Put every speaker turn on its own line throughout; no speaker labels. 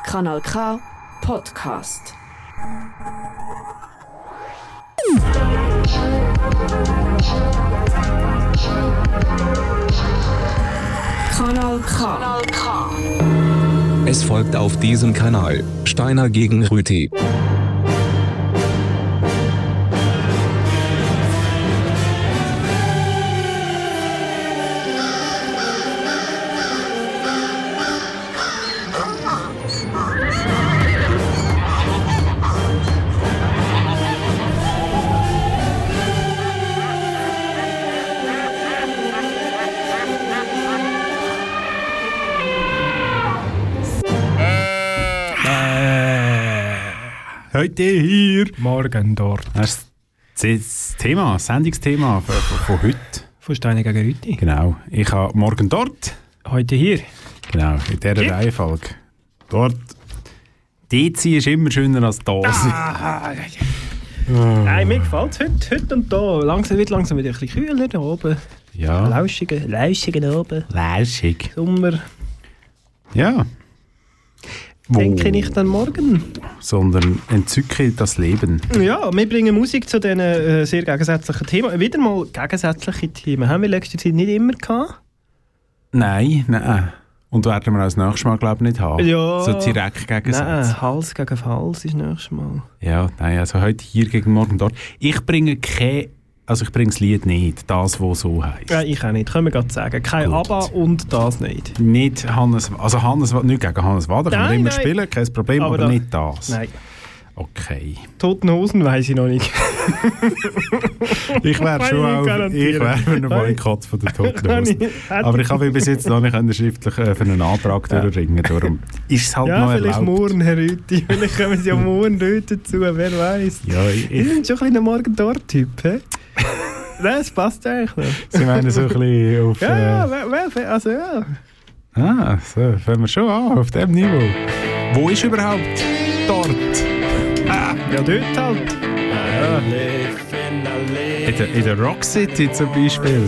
Kanal K Podcast. Kanal K.
Es folgt auf diesem Kanal Steiner gegen Rüti.
Heute hier.
Morgen dort.
Das ist das Thema, das Sendungsthema von heute.
Von Steiner gegen Rüti.
Genau. Ich habe morgen dort.
Heute hier.
Genau, in dieser Reihenfolge. Dort. Die ist immer schöner als da.
Nein, mir gefällt es heute und da. Wird langsam wieder ein bisschen kühler da oben.
Ja.
Lauschiger da oben.
Lauschig.
Sommer.
Ja.
Denke nicht an morgen.
Sondern entzücke das Leben.
Ja, wir bringen Musik zu diesen sehr gegensätzlichen Themen. Wieder mal gegensätzliche Themen. Haben wir letzte Zeit nicht immer gehabt?
Nein. Und werden wir auch das nächste Mal, glaube ich, nicht haben.
Ja.
So direkt Gegensätze.
Nein, Hals gegen Hals ist das nächste Mal.
Ja, nein, also heute hier gegen morgen dort. Ich bringe das Lied nicht, das, was so heisst.
Ja, ich auch nicht, können wir gerade sagen. Kein
Gut.
ABBA und das nicht.
Nicht Hannes, nicht gegen Hannes Wader, kann man immer
Nein.
spielen, kein Problem, aber nicht das.
Nein.
Okay.
Toten Hosen weiss ich noch nicht.
Ich wäre schon auch, ich wäre noch mal in Kotz von der Toten Hosen. Aber ich habe mich bis jetzt noch nicht schriftlich für einen Antrag durchringen. Darum ist es halt noch erlaubt.
Vielleicht morgen, Herr Rüti. Vielleicht kommen Sie ja morgen dort dazu, wer weiß.
Ja,
Sie sind schon ein bisschen ein Morgen-Dort-Typ, hä? Das passt eigentlich noch.
Sie meinen so ein bisschen auf...
Ja.
So, fangen wir schon an, auf dem Niveau. Wo ist überhaupt dort?
Ja, dort halt.
In der Rock City zum Beispiel.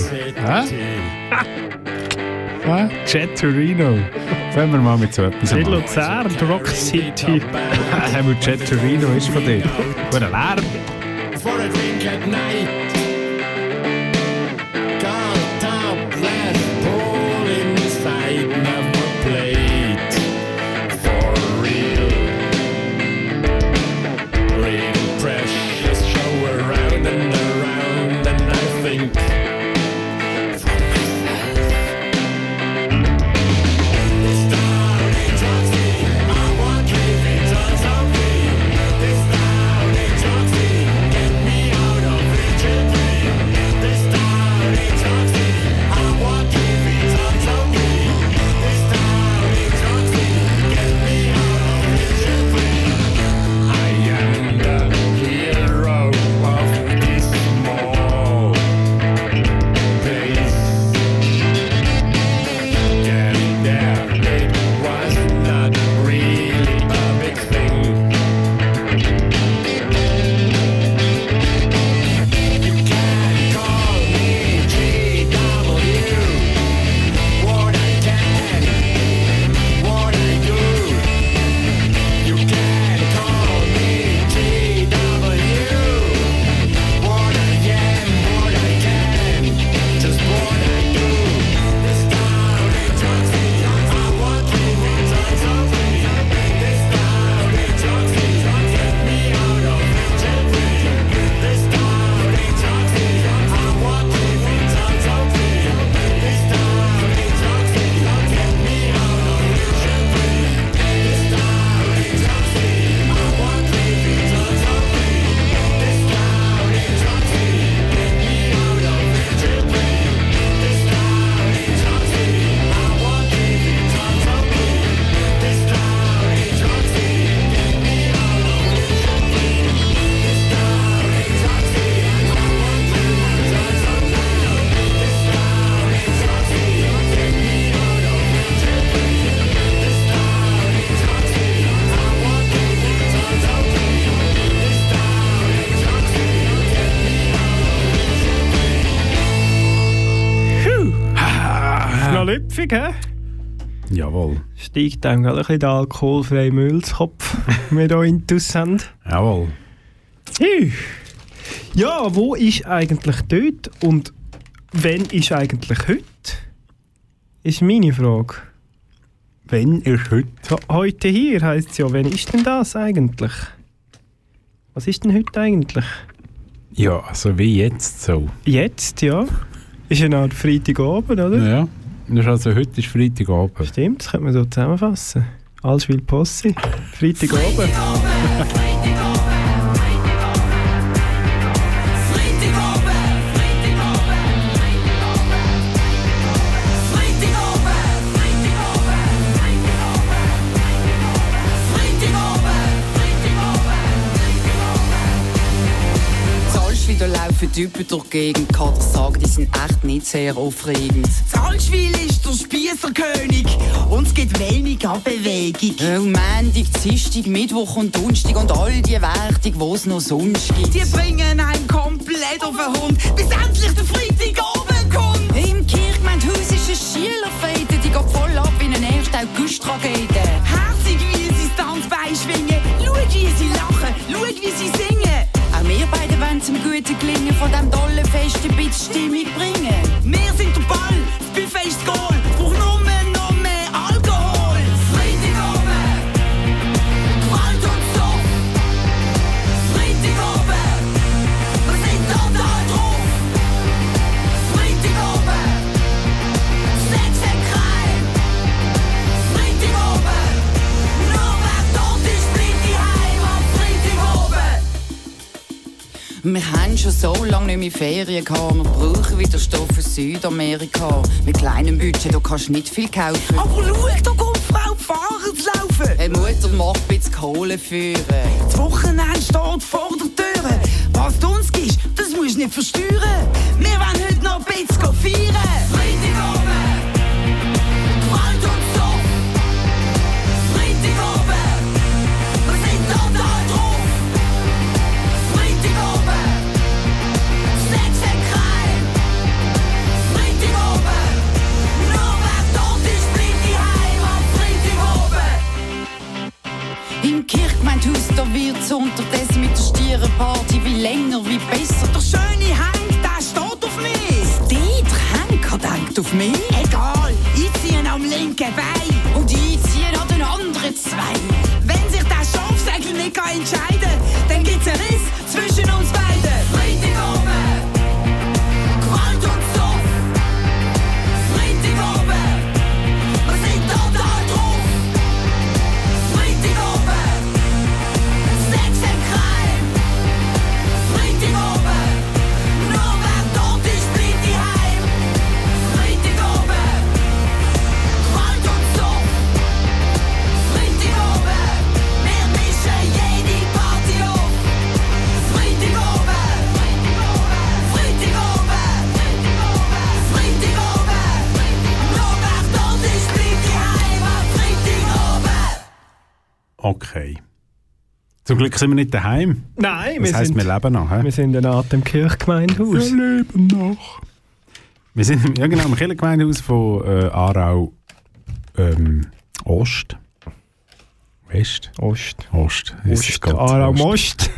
Jet Torino. Fangen wir mal mit so etwas
In
an.
Luzern, Rock City.
Jet Torino ist von dir. Guter Lärm.
For a drink at night. Got top flat pull inside, never played for real. Little precious show around and around, and I think for myself. This town is toxic, I want living tons of me. This town is toxic, get me out of Richard Green. This town is toxic, I want living tons of me. This town is toxic, get me out of Richard Green. I am the hero of this small place. Getting there, it was not really a big thing. You can call me GW. What I can, what I do. You can call me GW. What I am, what I can, just what I do. This town is toxic, I want living tons of me. This town is toxic, get me out of Richard Green. This town is toxic, I want living tons of me. This town is toxic, get me out of Richard Green. This town is toxic, I want living tons of me. This town is toxic, get me out of Richard Green. This town is toxic, I want living tons of me. This town is toxic, get me out of Richard Green. This town is toxic, I want living tons of me. This town is toxic, get me out of Richard Green. This town is toxic, I want living tons of me. This town is toxic, get me out of Richard Green.
Noch lüpfig, hä?
Jawohl.
Steigt dann gerade ein bisschen der alkoholfreie Müllskopf, wir hier in Tuss haben.
Jawohl.
Ja, wo ist eigentlich dort und wann ist eigentlich heute? Ist meine Frage.
Wann ist heute?
So, heute hier heisst es ja, wann ist denn das eigentlich? Was ist denn heute eigentlich?
Ja, also wie jetzt so.
Jetzt, ja. Ist ja noch Freitagabend, oder?
Ja. Das ist also heute ist Freitagabend.
Stimmt, das könnte man so zusammenfassen. Alles will Posse. Freitagabend.
Da laufen Typen durch die Gegend, kann ich sagen, die sind echt nicht sehr aufregend.
Zalschwil ist der Spiesserkönig und es gibt weniger Bewegung.
Montag, Dienstag, Mittwoch und Donnerstag und all die Wertungen, die es noch sonst gibt.
Die bringen einen komplett auf den Hund, bis endlich der Freitag oben kommt.
Im Kirchgemeindehaus ist eine Schielerfete, die geht voll ab wie eine 1. August-Tragödie.
Herzig, wie sie das Tanzbein schwingen. Schau, wie sie lachen, schau, wie sie singen.
Auch wir beide wollen zum guten Gelingen von diesem tollen Fest ein bisschen Stimmung bringen.
Wir sind der Ball, das Buffet ist das Goal. Brauch noch mehr Alkohol. Freitagabend, Gewalt und Suff. Freitagabend, wir sind total drauf. Freitagabend, Sex and Crime. Freitagabend, nur wer dort ist, bleibt daheim am Freitagabend.
Wir haben schon so lange nicht mehr Ferien gehabt. Wir brauchen wieder Stoff aus Südamerika. Mit kleinem Budget, da kannst du nicht viel kaufen.
Aber schau, da kommt Frau Fahrer zu laufen.
Die Mutter macht ein bisschen Kohle führen.
Das Wochenende steht vor der Tür. Was du uns gibst, das musst du nicht versteuern. Wir wollen heute noch ein bisschen feiern. Freitagabend, Gewalt und Suff. Freitagabend, wir sind total drauf. Freitagabend, Sex and Crime. Freitagabend, nur wer dort ist, bleibt daheim am Freitagabend.
Im Kirchgemeindehaus, da wird's unterdessen mit der Stierenparty wie länger, wie besser.
Der schöne Henk, der steht auf mich.
Der Henker denkt auf mich.
Egal, ich ziehe am linken Bein.
Und ich ziehe an den anderen zwei.
Wenn sich der Schafsäckel nicht entscheiden kann, dann gibt's einen Riss zwischen uns beiden. Freitagabend, Gewalt und Suff. Freitagabend, wir sind total drauf. Freitagabend, Sex and Crime. Freitagabend, nur wer dort ist, bleibt daheim. Freitagabend, Gewalt und Suff. Freitagabend, wir mischen jede Party auf. Freitagabend, Freitagabend, Freitagabend, nur wer dort ist, bleibt daheim am Freitagabend.
Okay. Zum Glück sind wir nicht daheim.
Nein,
Das heisst, wir leben noch. He?
wir sind ja nach dem Kirchgemeindehaus.
Wir leben noch. Wir sind im Kirchgemeindehaus von Aarau Ost. West?
Ost.
Ost. Ist es ganz
Aarau
Ost.
Most.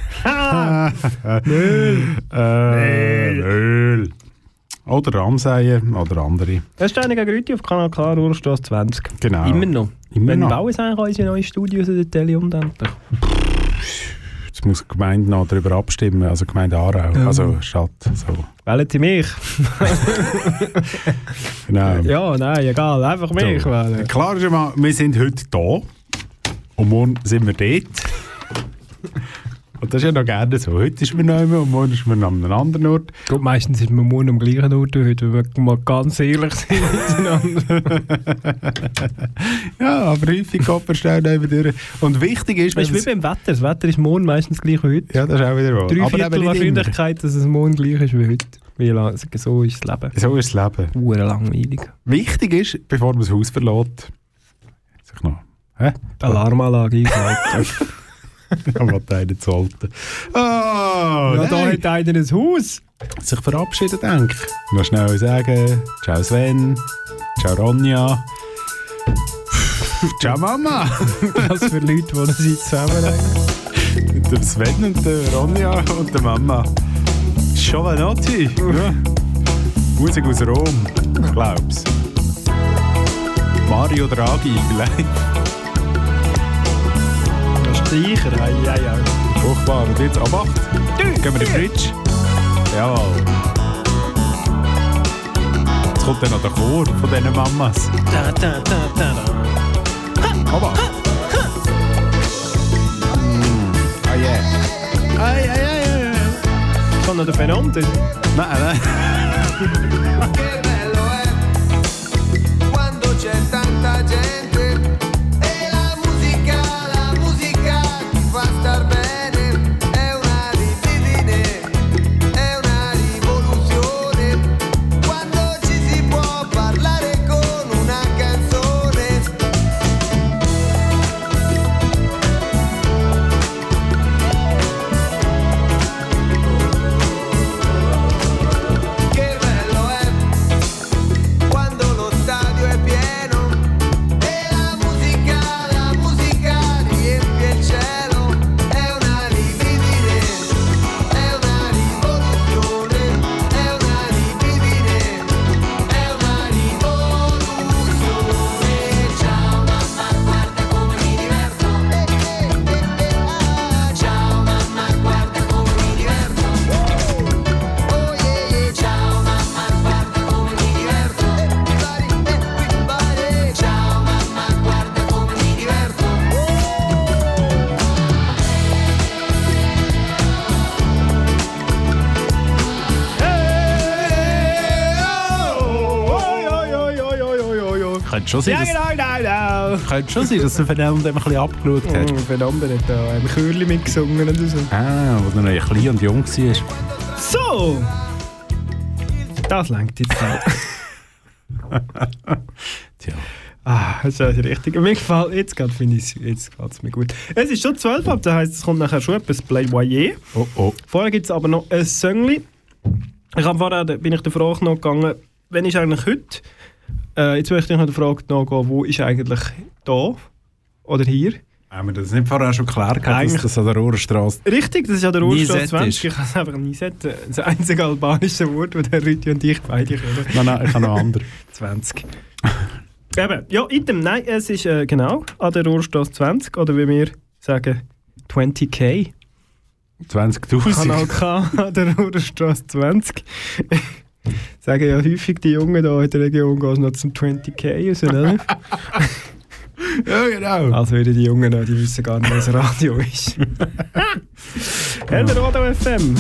Öl. Oder Ramseien oder andere.
Das ist eine Grüße auf Kanal K, Ruhrstrasse 20.
Genau.
Immer noch.
Immer
Wenn
noch.
bauen sie eigentlich unsere neuen Studios in der Teleum endlich?
Jetzt muss die Gemeinde noch darüber abstimmen, also die Gemeinde Aarau, also Stadt. So.
Wählen sie mich?
Genau.
Ja, nein, egal, einfach mich wählen.
Klar ist mal, wir sind heute da und morgen sind wir dort. Und das ist ja noch gerne so. Heute ist man noch immer und morgen ist man an einem anderen Ort.
Gut, meistens ist man morgen am gleichen Ort heute, wenn wir mal ganz ehrlich sind miteinander.
Ja, aber häufig geht man schnell neben durch. Und wichtig ist,
Das ist wie beim Wetter. Das Wetter ist morgen meistens gleich wie heute.
ja, das ist auch wieder wahr.
3/4 Wahrscheinlichkeit, dass es morgen gleich ist wie heute. Wie lang, so ist das Leben.
So ist das Leben.
Langweilig.
Wichtig ist, bevor man das Haus verlässt, sich noch
Die Alarmanlage eingehalten.
was einen zu halten. Oh,
Ja, da hat einer ein Haus.
sich verabschiedet, denke ich. Noch schnell sagen, ciao Sven, ciao Ronja. Ciao Mama!
Was für Leute wohnen sie zusammen eigentlich?
Mit dem Sven und der Ronja und der Mama. Giovanotti! Ja. Musik aus Rom, ich glaub's. Mario Draghi, vielleicht.
Der Streicher, ja.
Furchtbar. Und jetzt ab 8. Gehen wir in die Bridge. Jawohl. Jetzt kommt dann noch der Chor von diesen Mamas. Aber. Ah yeah.
Ei. Kann noch der Fernando?
Nein.
Che bello è quando c'è tanta gente e la musica ti fa star bene. È una libidine, è una rivoluzione quando ci si può parlare con una canzone. Che bello è quando lo stadio è pieno e la musica riempie il cielo. È una libidine, è una rivoluzione, è una libidine, è una rivoluzione. Ciao mamma, guarda come mi diverto. Ciao mamma, guarda come mi diverto. Oh yeah, ciao mamma, guarda come mi diverto. Ciao mamma, guarda come mi diverto.
Könnte schon sein, dass der Fernando ein bisschen abgeschaut hat.
Fernando hat da ein Chörchen mitgesungen und so.
Ah, als er noch klein und jung war.
So! Das lenkt jetzt halt.
Tja.
Das ist also richtig. Mir gefällt, jetzt gefällt es mir gut. Es ist schon 12 Uhr, das heisst, es kommt nachher schon etwas Playboyer.
Oh.
Vorher gibt es aber noch ein Söngli. Bin ich der Frage noch gegangen, wann ist eigentlich heute? Jetzt möchte ich noch der Frage nachgehen, wo ist eigentlich da oder hier?
Haben wir das nicht vorher schon geklärt, dass das an der Rohrstraße
Richtig, das ist an der Rohrstraße 20.
ist?
Ich kann es einfach nie setzen. Das einzige albanische Wort, das der Rüti und ich beide können.
Nein, ich habe noch andere.
20. Eben, ja, item. Nein, es ist genau an der Rohrstraße 20 oder wie wir sagen 20k.
20'000.
Kanal K an der Rohrstraße 20. Sagen ja häufig die Jungen hier in der Region gehen noch zum 20k raus, oder?
Ja, genau.
Also würden die Jungen noch, die wissen gar nicht, was Radio ist. Eldorado FM.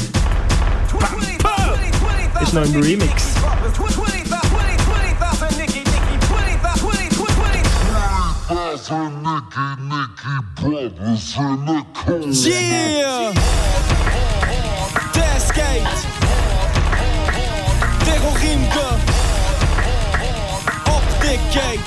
Ist noch im Remix.
Yeah! Der Skate! Der Rimke! Optik Gate!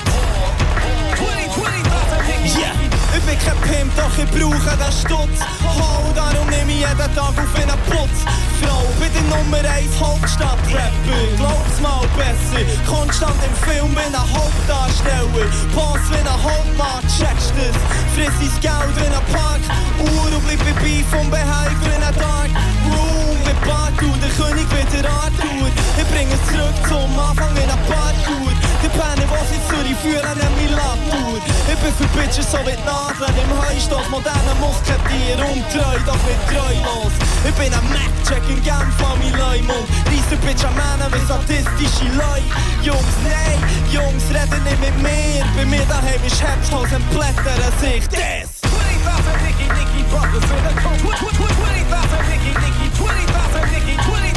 Yeah! Ich bin kein Pimp, doch ich brauche den Stutz. Darum nehme ich jeden Tag auf einen Putz. Frau, bin der Nummer 1 Hauptstadt-Rapper. Glaub's mal besser, konstant im Film bin ein Hauptdarsteller. Pass wie ein Hauptmann, checkst das. Friss dein Geld in einen Park. Uhr und bleib bei Beef und Behavior in einen Tag. Room mit Parkour, der König wird der Arthur. Ich bring es zurück zum Anfang in einen Parkour. Die Penne, was in Zürich führen, nenn mich Latour. Ich bin für Bitches so wie Nadeln im Heustoss. Moderne Musketier, untreu, doch nicht treulos. Ich bin ein Mac-Check in Genf an mein Leumund. Reiss der Bitch an Männer wie sadistische Leute. Jungs, nein, Jungs, reden nicht mit mir. Bei mir daheim ist Herzhaus und Blätter an sich. Das! 20,000 Nicky Brothers in der Coach. 20,000 Nicky Brothers in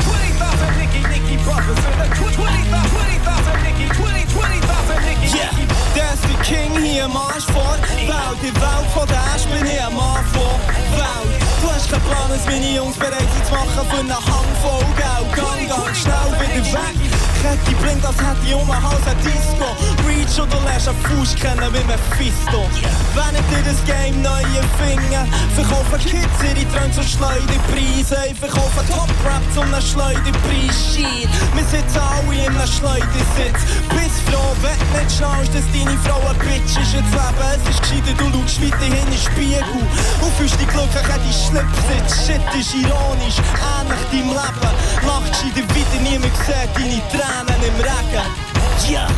der Coach. 20,000 Nicky. Yeah, der ist der King hier am Arsch vor. Welt, die Welt von der Asch bin ich am Mann vor. Welt, du hast keinen Plan, es meine Jungs bereit sind zu machen für eine Handvoll Geld. Gang schnell wieder weg.
Kette blinkt, als hätte ich um den Hals ein Disco. Reach oder lässt einen Fuß kennen wie Mephisto. Wenn ich dir das Game neu erfinde, verkaufen Kids ihre Träume zu Schleuderpreisen. Ich verkaufe Top-Rap zu einem Schleuderpreis. Shit, wir sitzen alle in einem Schleudersitz. Bist froh, wenn du nicht schaust, dass deine Frau ein Bitch ist. Jetzt Leben, es ist gescheiter, du schaust weiterhin in den Spiegel. Und fühlst dich glücklich, wenn die Schlipsitz. Shit ist ironisch, ähnlich deinem Leben. Lach gescheiter wieder, niemand sieht deine Tränen im Regen. Yeah!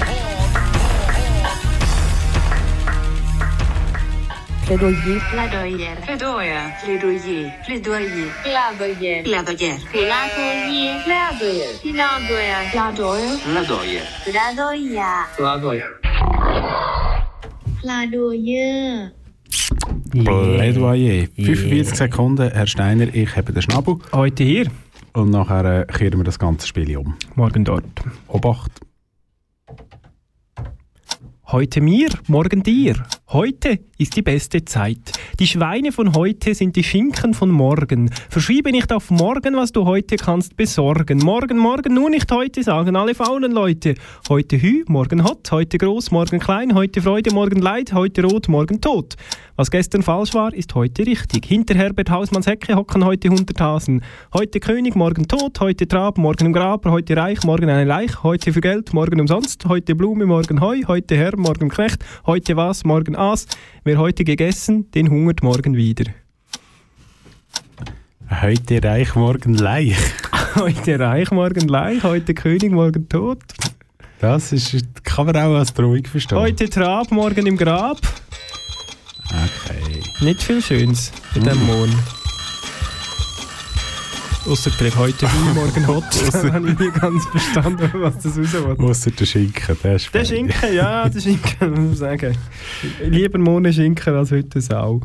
Plädoyer.
Plädoyer. Plädoyer. Plädoyer. Plädoyer. Plädoyer. Plädoyer. Plädoyer. Plädoyer. Plädoyer. Plädoyer. Plädoyer. Plädoyer.
Plädoyer.
Plädoyer. 45 Sekunden, Herr Steiner, ich habe den Schnabel.
Heute hier.
Und nachher kehren wir das ganze Spiel um.
Morgen dort.
Obacht.
Heute mir, morgen dir. Heute ist die beste Zeit. Die Schweine von heute sind die Schinken von morgen. Verschiebe nicht auf morgen, was du heute kannst besorgen. Morgen, morgen, nur nicht heute, sagen alle faulen Leute. Heute Hü, morgen Hot, heute groß, morgen klein, heute Freude, morgen Leid, heute rot, morgen tot. Was gestern falsch war, ist heute richtig. Hinter Herbert Hausmanns Hecke hocken heute 100 Hasen. Heute König, morgen tot, heute Trab, morgen im Grab, heute reich, morgen eine Leich, heute für Geld, morgen umsonst, heute Blume, morgen Heu, heute Herr, morgen Knecht, heute was, morgen Aas. Wer heute gegessen, den hungert morgen wieder.
Heute reich, morgen Leich.
Heute reich, morgen Leich, heute König, morgen tot.
Das kann man auch als Drohung verstehen.
Heute Trab, morgen im Grab.
Okay.
Nicht viel Schönes in diesem Mond. Ausser heute Hü, morgen Hot. Das habe ich nie ganz verstanden, was das raus will.
Ausser der Schinken, der ist
der Schinken, ja, der Schinken, muss man sagen. Lieber Mohne Schinken als heute Sau.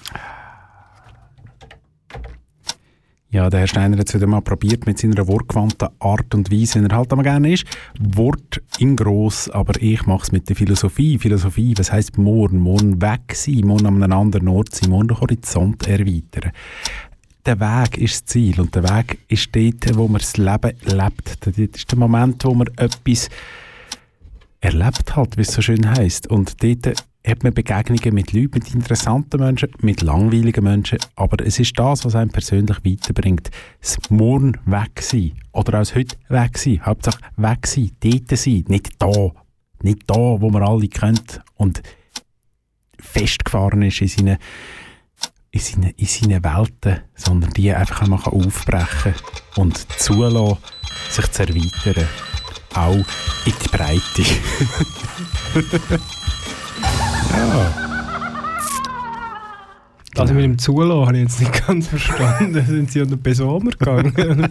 Ja, der Herr Steiner hat es wieder mal probiert mit seiner wortgewandten Art und Weise, wie er halt immer gerne ist. Wort in gross, aber ich mache es mit der Philosophie. Philosophie, was heisst morgen? Morgen weg sein, morgen an einem anderen Ort sein, morgen den Horizont erweitern. Der Weg ist das Ziel und der Weg ist dort, wo man das Leben lebt. Das ist der Moment, wo man etwas erlebt hat, wie es so schön heisst. Und dort hat man Begegnungen mit Leuten, mit interessanten Menschen, mit langweiligen Menschen. Aber es ist das, was einem persönlich weiterbringt. Das Morgen weg sein oder auch das Heute weg sein. Hauptsache weg sein, dort sein, nicht da. Nicht da, wo man alle kennt und festgefahren ist in seinen Welten, sondern die einfach einmal aufbrechen und zulassen, sich zu erweitern. Auch in die Breite. Ja.
Also mit dem Zulassen habe ich jetzt nicht ganz verstanden. Sind Sie an den Besomer gegangen?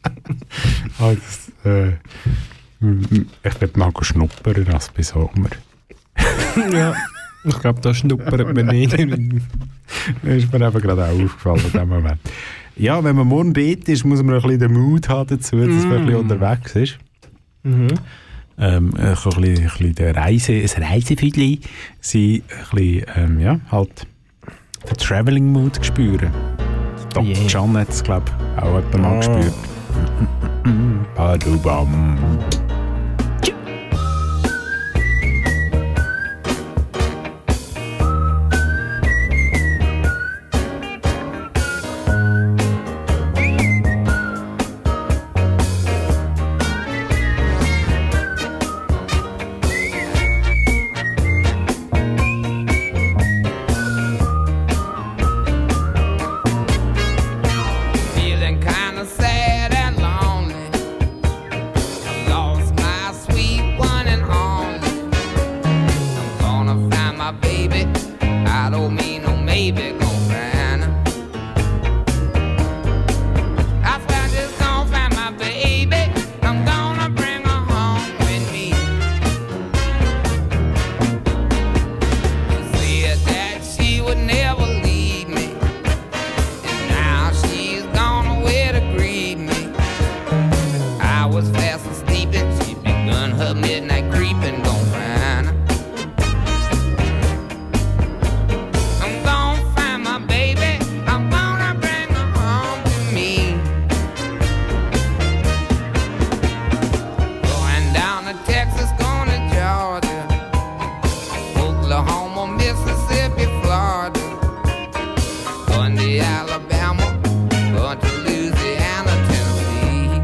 Ich werde mal schnuppern als Besomer.
Ja, ich glaube, da schnuppert man nicht.
Das ist mir einfach gerade auch aufgefallen in dem Moment. Ja, wenn man morgen dort ist, muss man ein bisschen den Mut haben dazu, dass man ein bisschen unterwegs ist. Ein bisschen ein Reisefüdli sein, ein bisschen, ja, halt den Traveling-Mood spüren. Dr. Can hat es, glaube ich, auch jemand mal gespürt. Badubam.
I'm gonna find my Mississippi, Florida, going to Alabama, going to Louisiana, Tennessee.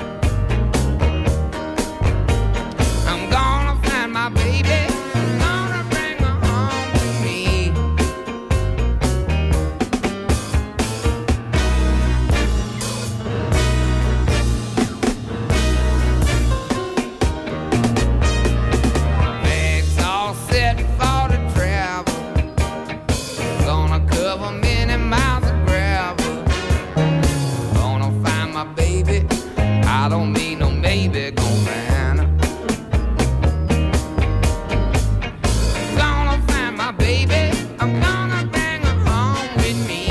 I'm gonna find my baby, I'm gonna bring her home with me. Bags all set for the travel, gonna cover many miles of gravel. Gonna find my baby, I don't mean no maybe, gonna find her. Gonna find my baby, I'm gonna bring her home with me.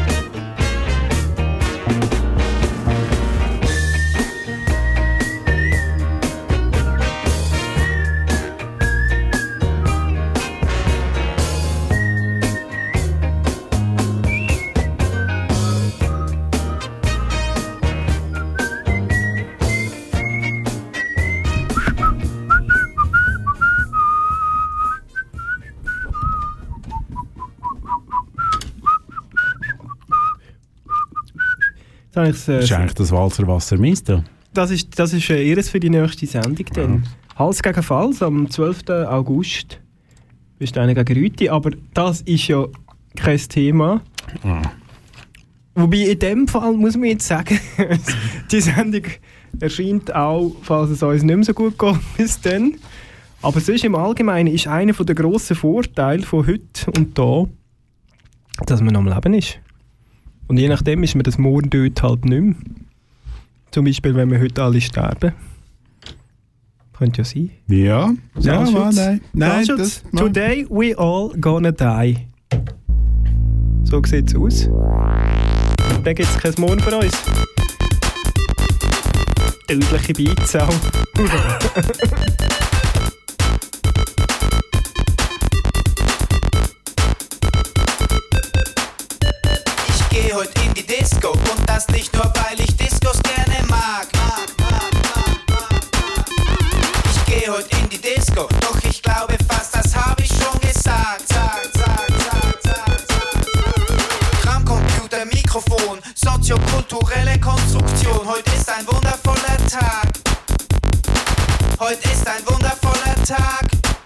Das ist eigentlich das Walser Wasser Mister.
Das ist ihres für die nächste Sendung dann. Hals gegen Fals am 12. August. Bist du einer gegen Rüti, aber das ist ja kein Thema. Wobei in dem Fall muss man jetzt sagen, die Sendung erscheint auch, falls es uns nicht mehr so gut geht bis dann. Aber sonst im Allgemeinen ist einer der grossen Vorteile von heute und da, dass man am Leben ist. Und je nachdem ist man das morgen dort halt nicht mehr. Zum Beispiel, wenn wir heute alle sterben. Könnte ja sein.
Ja,
Salschutz.
Nein,
Salschutz. Today we all gonna die. So sieht's aus. Und dann gibt's kein Morgen für uns. Tödliche Beats auch.
Ich geh heute in die Disco und das nicht nur, weil ich Discos gerne mag. Ich geh heute in die Disco, doch ich glaube fast, das hab ich schon gesagt. Kramcomputer, Mikrofon, soziokulturelle Konstruktion. Heute ist ein wundervoller Tag. Heute ist ein wundervoller Tag.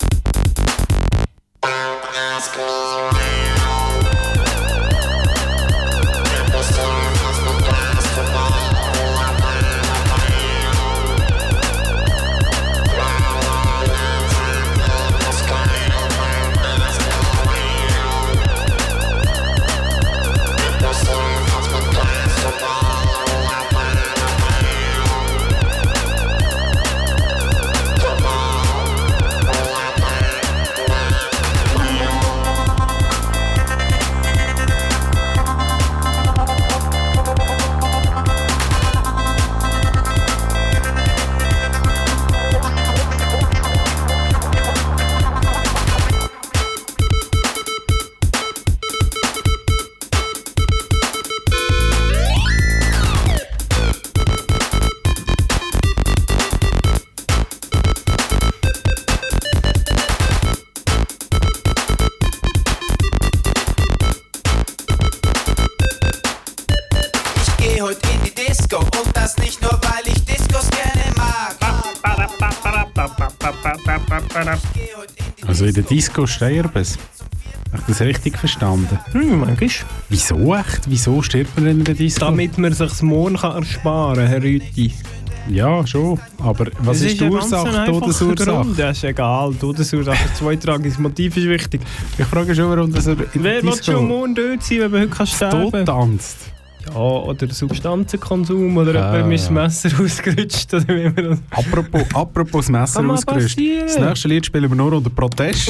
Also in der Disco sterben sie. Habe ich das richtig verstanden?
Manchmal.
Wieso echt? Wieso stirbt man denn in der Disco?
Damit man sich das Morgen ersparen kann, Herr Rüti.
Ja, schon. Aber was ist die Ursache, Todesursache?
Das ist egal. Todesursache, zweitragiges Motiv ist wichtig.
Ich frage schon, warum das in der
Wer will schon morgen dort sein, wenn man heute sterben kann?
Tanzt.
Ja, oder Substanzenkonsum, oder jemand ist das Messer ausgerutscht. Oder wie man das
Apropos Messer ausgerutscht. Das nächste Lied spielen wir nur unter Protest.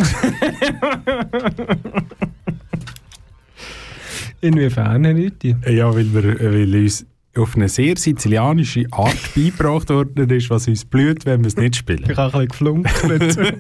Inwiefern, Herr Rüti?
Ja, weil uns auf eine sehr sizilianische Art beigebracht worden ist, was uns blüht, wenn wir es nicht spielen.
Ich habe ein bisschen geflunkert.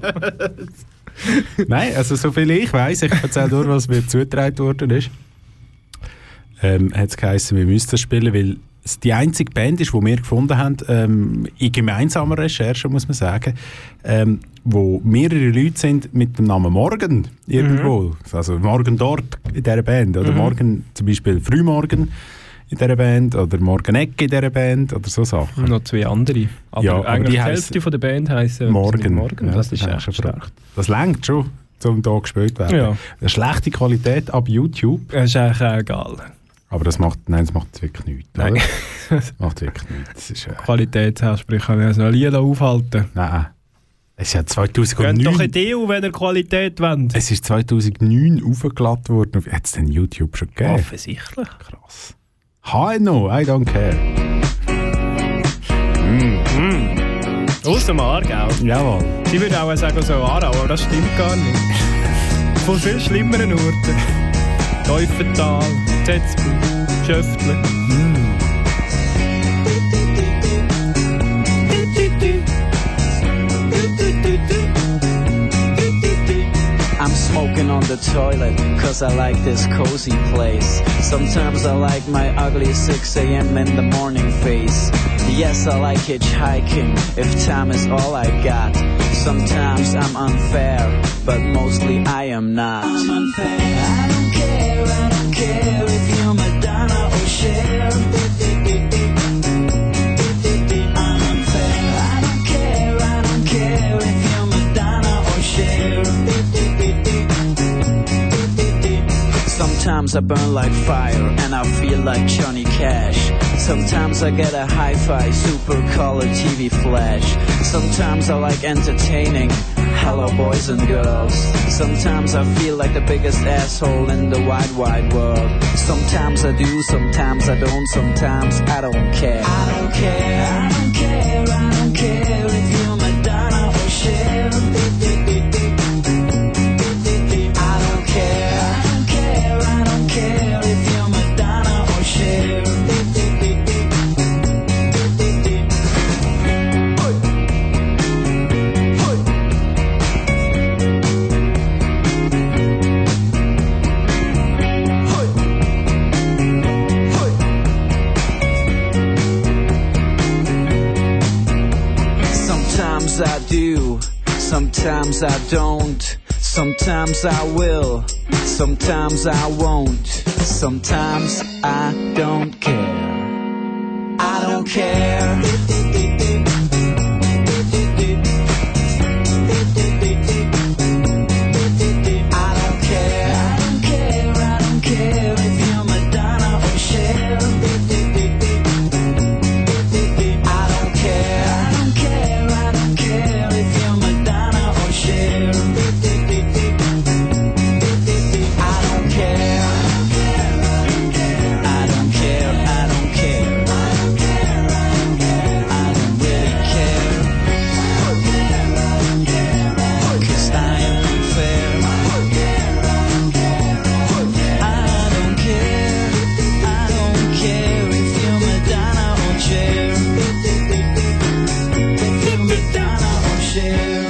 Nein, also so viel ich weiss, ich erzähle nur, was mir zugetragen worden ist. Hat es geheißen, wir müssen das spielen, weil die einzige Band ist, die wir gefunden haben, in gemeinsamer Recherche, muss man sagen, wo mehrere Leute sind mit dem Namen Morgen irgendwo. Also Morgen dort in dieser Band. Oder Morgen zum Beispiel Frühmorgen in dieser Band oder Morgenecke in dieser Band oder so Sachen.
Noch 2 andere. Aber
Ja,
eigentlich
die
die Hälfte von der Band heisst
Morgen.
Morgen.
Ja,
Das ist
eigentlich
echt stark.
verrückt. Das reicht schon, um da gespielt zu werden.
Ja.
Eine schlechte Qualität ab YouTube.
Das ist eigentlich auch egal.
Aber das macht wirklich nichts.
Nein.
Oder? Das macht wirklich nichts. Das ist,
Qualitätsansprüche können wir also noch nie aufhalten.
Nein. Es ist ja
Könnt doch
2009.
eine Deo, wenn ihr Qualität wollt.
Es ist 2009 aufgeladen worden. Hat es denn YouTube schon gegeben?
Offensichtlich.
Krass. I know, I don't care.
Aus dem Aargau.
Jawohl.
Sie würde auch sagen, so Aarau, aber das stimmt gar nicht. Von viel schlimmeren Orten. Teufental, Zetzbühl, Schöftle.
I'm smoking on the toilet, cause I like this cozy place. Sometimes I like my ugly 6 a.m. in the morning face. Yes, I like hitchhiking, if time is all I got. Sometimes I'm unfair, but mostly I am not. I'm unfair, I don't care if you're Madonna or Cher. I'm unfair, I don't care if you're Madonna or Cher. Sometimes I burn like fire and I feel like Johnny Cash. Sometimes I get a hi-fi super color TV flash. Sometimes I like entertaining. Hello boys and girls. Sometimes I feel like the biggest asshole in the wide world. Sometimes I do, sometimes I don't, sometimes I don't care. I don't care if you're Madonna or Cher. I don't care if you're Madonna or Cher. Sometimes I do, sometimes I don't. Sometimes I will, sometimes I won't. Sometimes I don't care. I don't care. I don't care if you're Madonna or Cher. I don't care if you're Madonna or Cher. I don't care. I don't care. I don't really care. 'Cause I am unfair. I don't care if you're Madonna or Cher. If you're Madonna or Cher.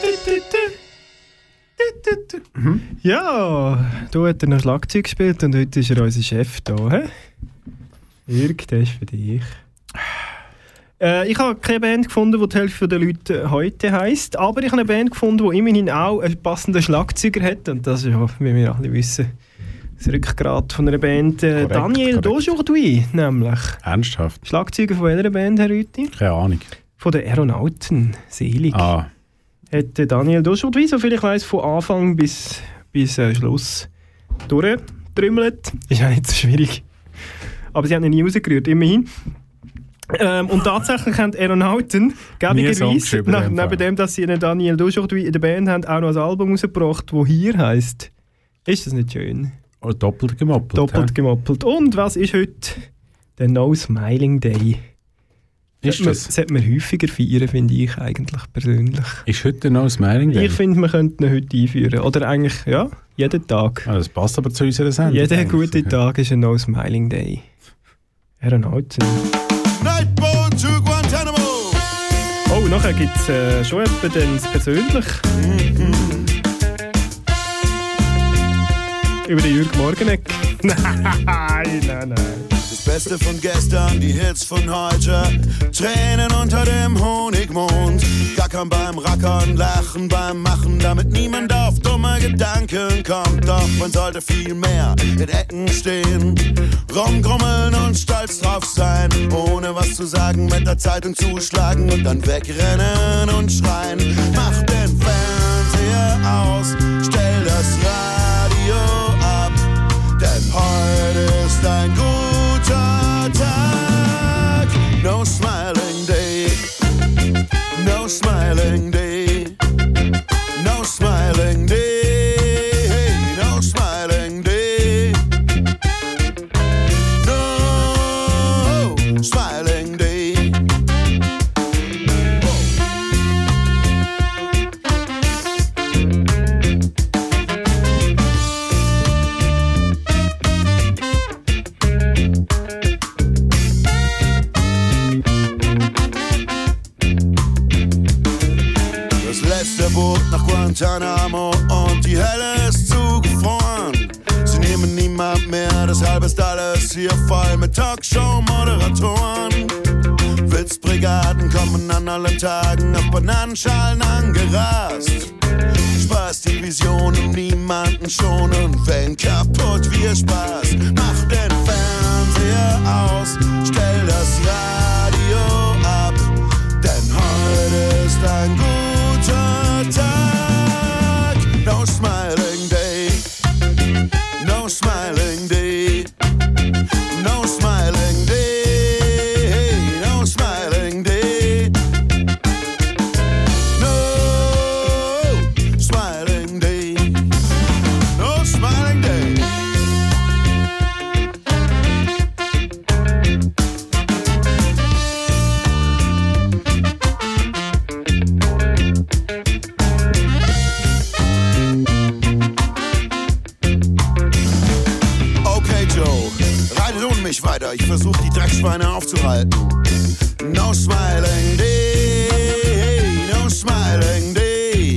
Ja, du hat er noch Schlagzeug gespielt und heute ist er unser Chef hier. He? Jürg, das ist für dich. Ich habe keine Band gefunden, die die Hälfte der Leute heute heisst, aber ich habe eine Band gefunden, die immerhin auch einen passenden Schlagzeuger hat. Und das ist ja, wie wir alle wissen, das Rückgrat von einer Band. Daniel d'Aujourd'hui, nämlich.
Ernsthaft?
Schlagzeuger von welcher Band, Herr Rüthi?
Keine Ahnung.
Von den Aeronauten, selig.
Ah.
Hat Daniel d'Aujourd'hui, soviel ich weiss, von Anfang bis Schluss durchgetrümmelt. Ist ja nicht so schwierig. Aber sie haben ihn nie rausgerührt, immerhin. Und tatsächlich haben die Aeronauten gäbigerweise, neben dem, dass sie einen Daniel d'Aujourd'hui in der Band haben, auch noch ein Album rausgebracht, das hier heisst. Ist das nicht schön?
Oh, doppelt gemoppelt.
Doppelt gemoppelt. Und was ist heute? Der No Smiling Day. Das sollte man häufiger feiern, finde ich eigentlich persönlich.
Ist heute No Smiling Day?
Ich finde, wir könnten ihn heute einführen. Oder eigentlich, ja, jeden Tag.
Ah, das passt aber zu unserer Sendung.
Jeder gute Tag ist ein No Smiling Day. Aeronauten.
Nightboat to Guantanamo!
Oh, nachher gibt es schon etwas persönlich. über den Jürg Morgeneck. Nein.
Das Beste von gestern, die Hits von heute, Tränen unter dem Honigmond, Gackern beim Rackern, Lachen beim Machen, damit niemand auf dumme Gedanken kommt. Doch man sollte viel mehr in Ecken stehen, rumgrummeln und stolz drauf sein, ohne was zu sagen, mit der Zeitung zuschlagen und dann wegrennen und schreien. Mach den Fernseher aus, stell das Radio ab, denn heute ist ein guter Tag. No smiling day, no smiling day, no smiling day, no smiling day, no smiling day. Boot nach Guantanamo und die Hölle ist zugefroren. Sie nehmen niemand mehr, deshalb ist alles hier voll mit Talkshow-Moderatoren. Witzbrigaden kommen an allen Tagen auf Bananenschalen angerast. Spaß die Visionen, niemanden schonen, wenn kaputt wir Spaß. Mach den Fernseher aus, stell das Radio ab, denn heute ist ein guter Tag. No smiling day, no smiling day, no smiling day, no smiling day, no smiling day, no smiling day. Weiter, ich versuch die Dreckschweine aufzuhalten. No smiling day, no smiling day,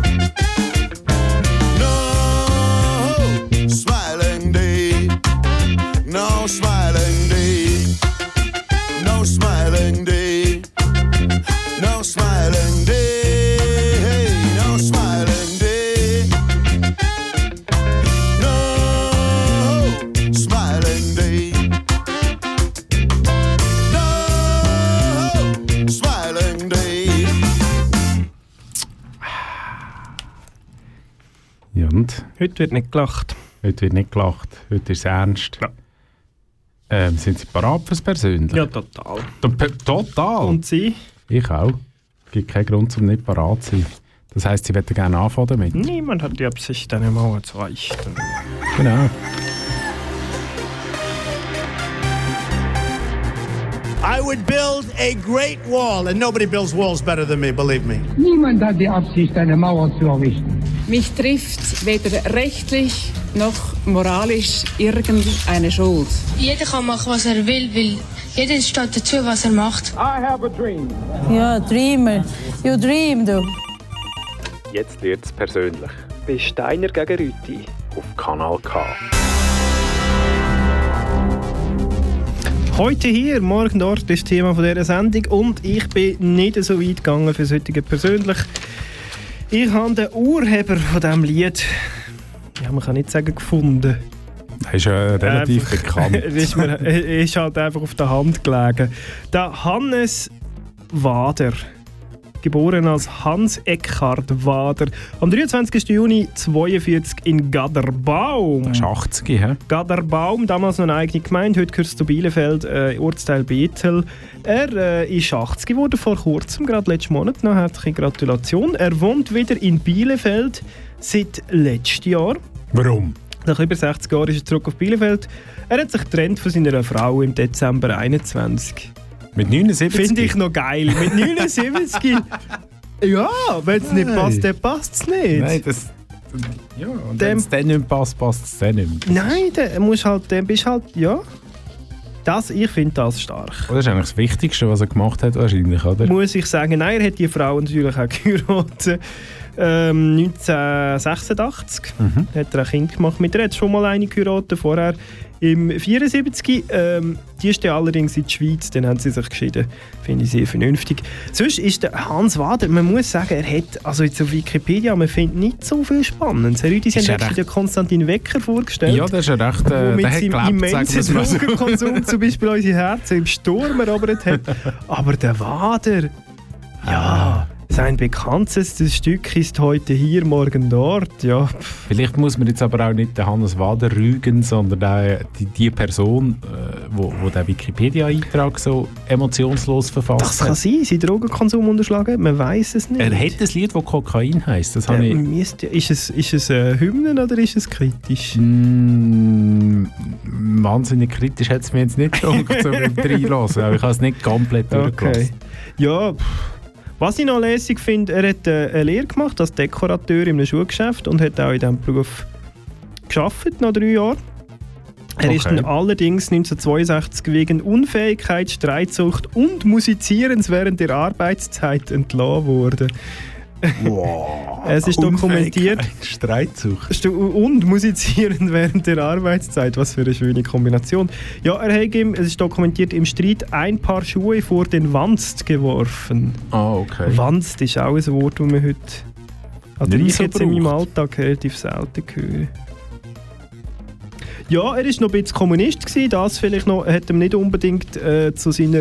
no smiling day, no smiling day, no smiling day, no smiling day, no smiling day, no smiling day.
Ja, und?
Heute wird nicht gelacht.
Heute wird nicht gelacht. Heute ist es ernst. Ja. Sind Sie parat fürs Persönliche?
Ja, total.
Total?
Und Sie?
Ich auch. Es gibt keinen Grund, um nicht parat zu sein. Das heisst, Sie möchten gerne anfangen damit?
Niemand hat die Absicht, eine Mauer zu eichten.
Genau.
I would build a great wall, and nobody builds walls better than me, believe me.
Niemand hat die Absicht, eine Mauer zu errichten.
Mich trifft weder rechtlich noch moralisch irgendeine Schuld.
Jeder kann machen, was er will, weil jeder steht dazu, was er macht.
I have a dream.
Ja, Dreamer. You dream, du.
Jetzt wird's persönlich.
Bei Steiner gegen Rüti.
Auf Kanal K.
Heute hier, morgen dort, ist das Thema von dieser Sendung und ich bin nicht so weit gegangen für solche persönlich. Ich habe den Urheber von diesem Lied, ja, man kann nicht sagen gefunden.
Das ist ja relativ bekannt.
ist halt einfach auf der Hand gelegen. Der Hannes Wader, geboren als Hans Eckhard Wader, am 23. Juni 1942 in Gaderbaum.
Das ist 80, hä?
Gaderbaum, damals noch eine eigene Gemeinde, heute gehört es zu Bielefeld, Ortsteil Bethel. Er ist 80 geworden vor kurzem, gerade letzten Monat. Noch herzliche Gratulation. Er wohnt wieder in Bielefeld seit letztem Jahr.
Warum?
Nach über 60 Jahren ist er zurück auf Bielefeld. Er hat sich getrennt von seiner Frau im Dezember 2021.
Mit 79?
Finde ich noch geil. Mit 79? Ja, wenn es nicht passt, dann passt es nicht.
Nein, das... Ja, und wenn es dann nicht passt, passt es dann nicht mehr.
Nein, dann bist halt... Ja. Ich finde das stark.
Das ist eigentlich das Wichtigste, was er gemacht hat, wahrscheinlich, oder?
Muss ich sagen. Nein, er hat die Frau natürlich auch geheiratet. 1986 hat er ein Kind gemacht mit ihr. Er hat schon mal eine geheiratet, vorher im 74. Die ist dann allerdings in der Schweiz, dann haben sie sich geschieden. Finde ich sehr vernünftig. Sonst ist der Hans Wader, man muss sagen, er hat, also jetzt auf Wikipedia, man findet nicht so viel Spannendes. Herr Rüdi, Sie haben letztens den Konstantin Wecker vorgestellt.
Ja, das ist ja recht,
der mit
hat
seinem
gelebt,
immensen Drogenkonsum zum Beispiel unsere Herzen im Sturm erobert hat. Aber der Wader, ja... Sein bekanntestes Stück ist heute hier, morgen dort. Ja.
Vielleicht muss man jetzt aber auch nicht den Hannes Wader rügen, sondern die Person, wo der Wikipedia-Eintrag so emotionslos verfasst hat.
Das kann sein, sein Drogenkonsum unterschlagen, man weiß es nicht.
Er hat ein Lied, das Kokain heisst. Das
ist es Hymnen oder ist es kritisch?
Wahnsinnig kritisch hat es mir jetzt nicht gedrückt, so beim Reinlassen. Aber ich habe es nicht komplett durchgelassen.
Ja, was ich noch lässig finde, er hat eine Lehre gemacht als Dekorateur in einem Schuhgeschäft und hat auch in diesem Beruf gearbeitet, nach 3 Jahren. Er ist dann allerdings 1962 wegen Unfähigkeit, Streitsucht und Musizierens während der Arbeitszeit entlassen worden.
Wow.
Es ist dokumentiert.
Streitsucht.
Und musizieren während der Arbeitszeit. Was für eine schöne Kombination. Ja, er hat ihm, es ist dokumentiert, im Streit ein Paar Schuhe vor den Wanst geworfen.
Okay.
Wanst ist auch ein Wort, das man heute, also ich
so
jetzt in meinem Alltag relativ selten höre. Ja, er war noch ein bisschen Kommunist gewesen. Das vielleicht noch, hat ihm nicht unbedingt zu seiner,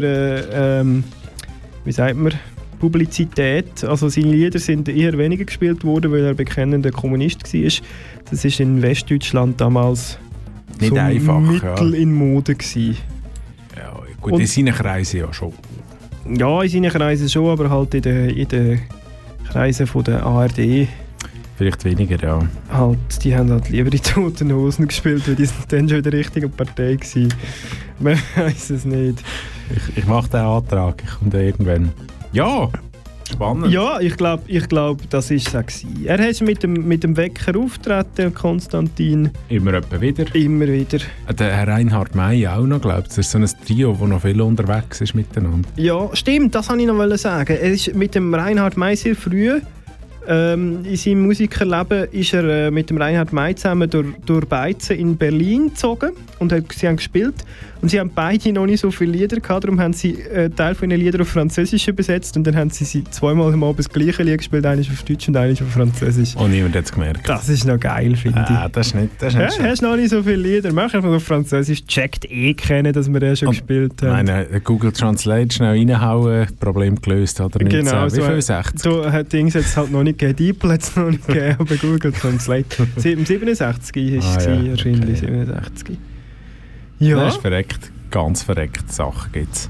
wie sagt man, Publizität, also seine Lieder sind eher weniger gespielt worden, weil er bekennender Kommunist war. Das war in Westdeutschland damals
nicht
so
einfach,
Mittel in Mode gewesen.
Ja, gut, und in seinen Kreisen ja schon.
Ja, in seinen Kreisen schon, aber halt in den Kreisen von der ARD.
Vielleicht weniger, ja.
Halt, die haben halt lieber die Toten Hosen gespielt, weil die sind dann schon in der richtigen Partei gewesen. Man weiss es nicht.
Ich mache den Antrag, ich komme da irgendwann. Ja, spannend.
Ja, ich glaube, das war es auch. Er hat mit dem Wecker auftreten, Konstantin.
Immer etwa wieder.
Immer wieder.
Der Herr Reinhard May auch noch, glaube ich. Das ist so ein Trio, das noch viel unterwegs ist miteinander.
Ja, stimmt, das wollte ich noch sagen. Er ist mit dem Reinhard May sehr früh. In seinem Musikerleben ist er mit dem Reinhard May zusammen durch Beizen in Berlin gezogen und sie haben gespielt. Und sie haben beide noch nicht so viele Lieder gehabt, darum haben sie einen Teil von ihren Liedern auf Französisch übersetzt und dann haben sie zweimal am Abend das gleiche Lied gespielt, eines auf Deutsch und eines auf Französisch.
Und niemand hat es gemerkt.
Das ist noch geil, finde ich.
Das ist nicht
hast noch nicht so viele Lieder, mach einfach auf Französisch, checkt kennen, dass wir den schon gespielt haben.
Nein, Google Translate schnell reinhauen, Problem gelöst, oder nicht?
Genau,
wie viel? 60?
So hat Dings jetzt halt noch nicht gegeben, DeepL hat es noch nicht gegeben, aber Google Translate. 67 ist es wahrscheinlich, 67. Ja.
Das ist verreckt. Ganz verreckte Sachen gibt es.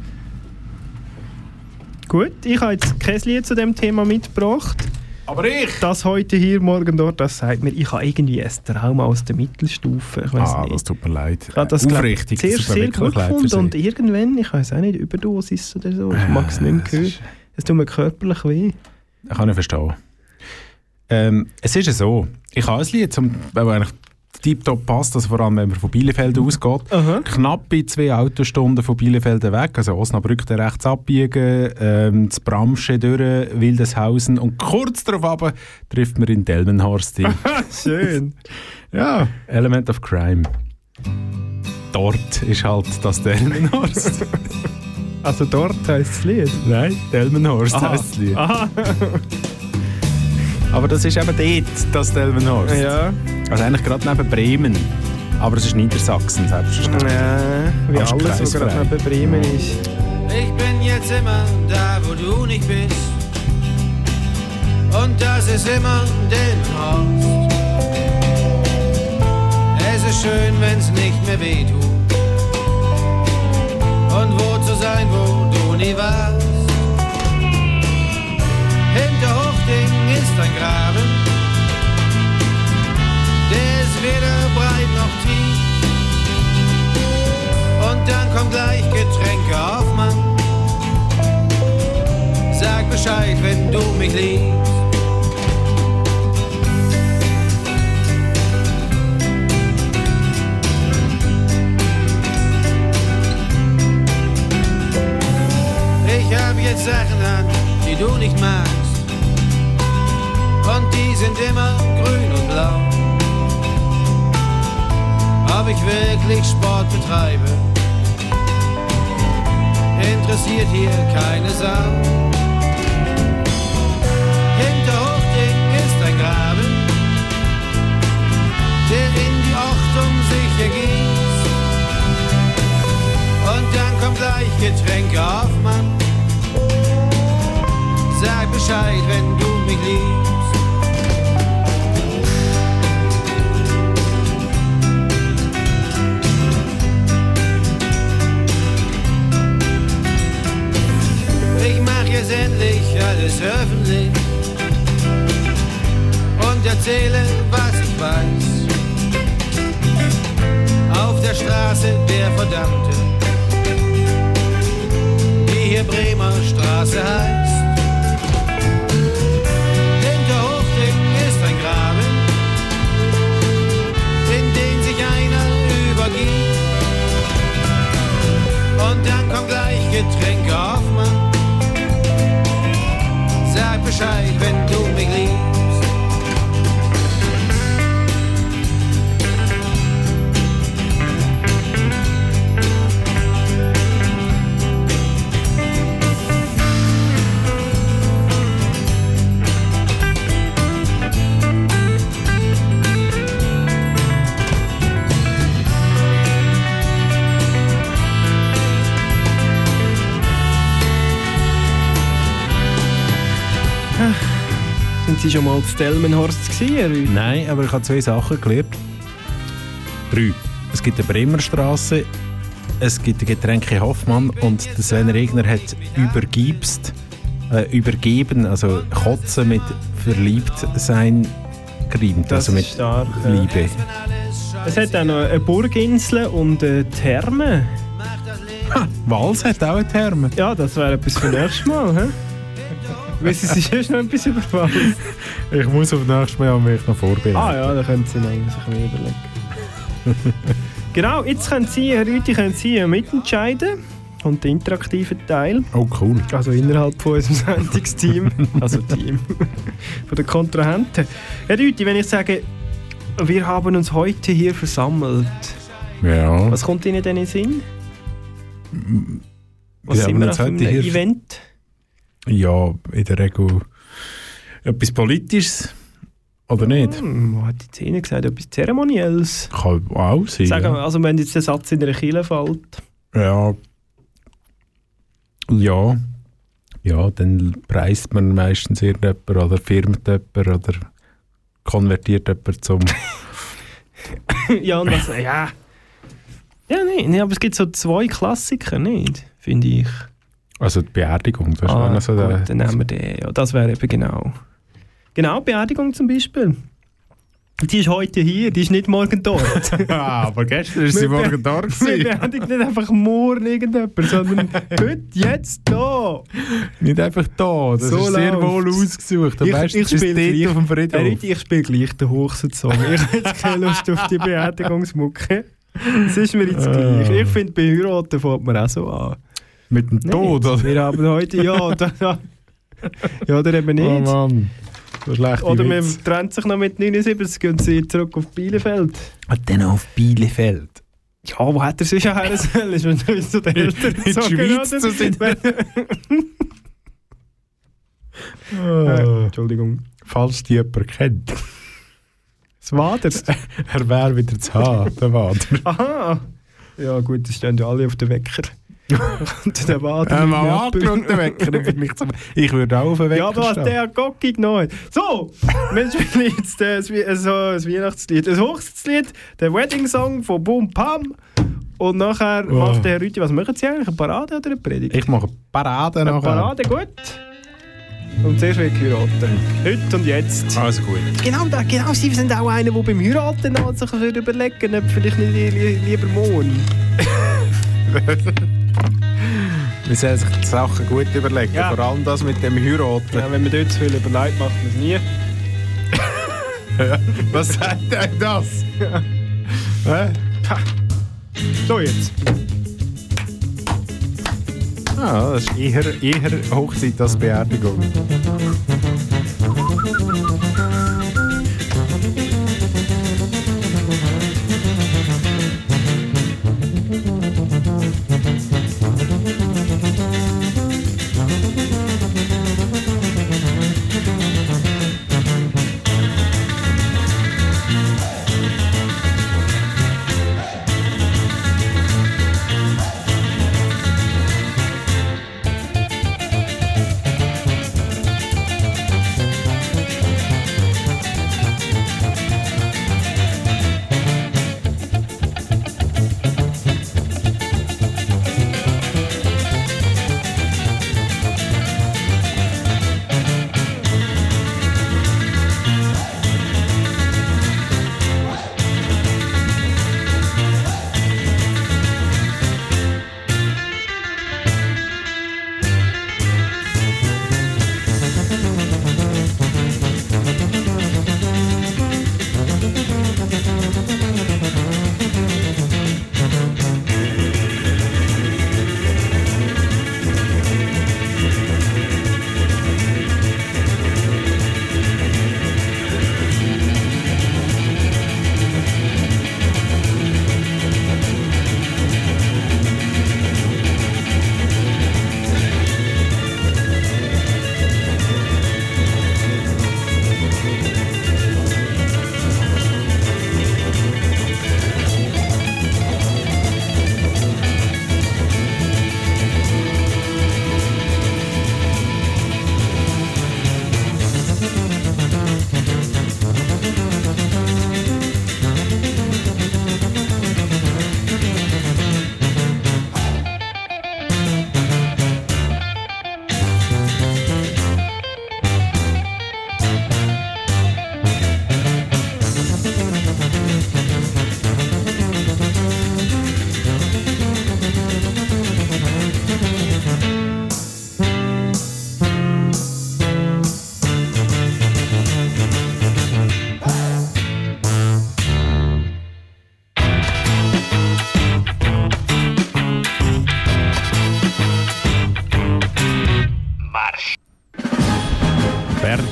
Gut, ich habe jetzt kein Lied zu diesem Thema mitgebracht.
Aber ich?
Das heute hier, morgen dort, das sagt mir, ich habe irgendwie ein Trauma aus der Mittelstufe. Ich weiss nicht.
Das tut mir leid.
Ich habe das
aufrichtig,
sehr, sehr gut gefunden und irgendwann, ich weiß auch nicht, Überdosis oder so, ich mag es nicht mehr hören. Es tut mir körperlich weh.
Das kann ich verstehen. Es ist ja so, ich habe ein Lied, weil eigentlich tiptop passt, also vor allem wenn man von Bielefeld ausgeht. Knappe 2 Autostunden von Bielefeld weg, also Osnabrück rechts abbiegen, das Bramsche durch, Wildeshausen und kurz darauf runter trifft man in Delmenhorst.
Schön.
Ja, Element of Crime. Dort ist halt das Delmenhorst.
Also dort heisst das Lied?
Nein, Delmenhorst heisst das Lied.
Aha.
Aber das ist eben dort, das Delmenhorst.
Ja.
Also eigentlich gerade neben Bremen. Aber es ist Niedersachsen, selbstverständlich.
Ja, wie alles, was gerade neben Bremen ist.
Ich bin jetzt immer da, wo du nicht bist. Und das ist immer Delmenhorst. Es ist schön, wenn's nicht mehr wehtut. Und wo zu sein, wo du nie warst. Hinter Hochding ist ein Graben. Der ist weder breit noch tief. Und dann kommt gleich Getränke auf Mann. Sag Bescheid, wenn du mich liebst. Ich hab jetzt Sachen an, die du nicht magst. Und die
ob ich wirklich Sport betreibe. Interessiert hier keine Sau. Hinter Hochding ist ein Graben, der in die Ochtum sich ergießt. Und dann kommt gleich Getränke auf, Mann. Sag Bescheid, wenn du mich liebst. Ich mach jetzt endlich alles öffentlich und erzähle, was ich weiß. Auf der Straße der Verdammte, die hier Bremer Straße heißt. Hinter Hochding ist ein Graben, in den sich einer übergibt. Und dann kommt gleich Getränke auf, Mann. Sag Bescheid, wenn du mich liebst.
Sind Sie schon mal zu Delmenhorst gewesen?
Nein, aber ich habe 2 Sachen gelernt. 3. Es gibt eine Bremer Straße, es gibt eine Getränke Hoffmann und der Sven Regner hat übergeben, also Kotzen mit Verliebtsein gereimt, also mit
stark,
Liebe.
Es hat auch noch eine Burginsel und Therme.
Wals hat auch eine Therme.
Ja, das wäre etwas für nächstes Mal. He? Wissen Sie schon noch etwas über Wals?
Ich muss auf nächstes Mal mich noch vorbereiten.
Ah ja, da können Sie noch sich mehr überlegen. Genau, jetzt können Sie, Herr Rüthi, mitentscheiden. Und den interaktiven Teil.
Oh, cool.
Also innerhalb von unserem Sendungsteam. Also Team. Von den Kontrahenten. Herr Rüthi, wenn ich sage, wir haben uns heute hier versammelt.
Ja.
Was kommt Ihnen denn in den Sinn? Was sind wir auf einem Event?
Ja, in der Regel etwas Politisches. Oder nicht?
Man hat jetzt Ihnen gesagt, etwas Zeremonielles.
Kann auch sein.
Sagen wir, also wenn jetzt der Satz in der Kirche fällt.
Ja, dann preist man meistens irgendjemanden oder firmt jemanden oder konvertiert jemanden zum...
Ja, und was... Ja, nee, aber es gibt so 2 Klassiker, nicht? Finde ich.
Also die Beerdigung, das ist auch noch so
gut, dann nehmen wir den. Ja, das wäre eben genau. Genau, Beerdigung zum Beispiel. Die ist heute hier, die ist nicht morgen dort.
Aber gestern ist sie morgen dort gewesen.
Wir beerdigen nicht einfach morgen irgendjemand, sondern heute, jetzt, da.
Nicht einfach da, das
so
ist sehr wohl ausgesucht.
Ich spiele auf dem Friedhof. Ich spiele gleich den Hochsitz-Song. Ich habe jetzt keine Lust auf die Beerdigungsmucke. Das ist mir jetzt gleich. Ich finde, bei Heiraten fängt man auch so an.
Mit dem Tod, oder?
Wir haben heute, ja, oder eben nicht.
Oh Mann.
Oder man trennt sich noch mit 79 und zieht zurück auf Bielefeld.
Und dann auf Bielefeld?
Ja, wo hat er sich ja her sollen? Ist man nicht so der Eltern
in der Schweiz zu sind.
Entschuldigung.
Falls die jemand kennt.
Das Waders?
Er wäre wieder zu haben, der Wader.
Aha. Ja gut, das stehen ja alle auf den Wecker. Und der Wader.
Mal angeschaut, den Wecker. Ich würde auch auf den Wecker
ja, aber was der Gocki genommen hat. So, wir spielen jetzt ein Weihnachtslied, ein Hochzeitslied, der Wedding-Song von Boom Pam. Und nachher macht der Herr Rüthi, was machen Sie eigentlich? Eine Parade oder eine Predigt?
Ich mache eine Parade nachher.
Eine Parade, gut. Und zuerst wird geheiratet. Heute und jetzt.
Also gut.
Genau, Sie sind auch einer, der beim Heiraten sich überlegen, ob vielleicht nicht lieber morgen.
Wir sollen sich die Sachen gut überlegen, ja. Vor allem das mit dem Heiraten.
Ja, wenn man dort zu viel überlegt, macht man es nie.
Was sagt denn das?
So jetzt.
Ah, das ist eher Hochzeit als Beerdigung.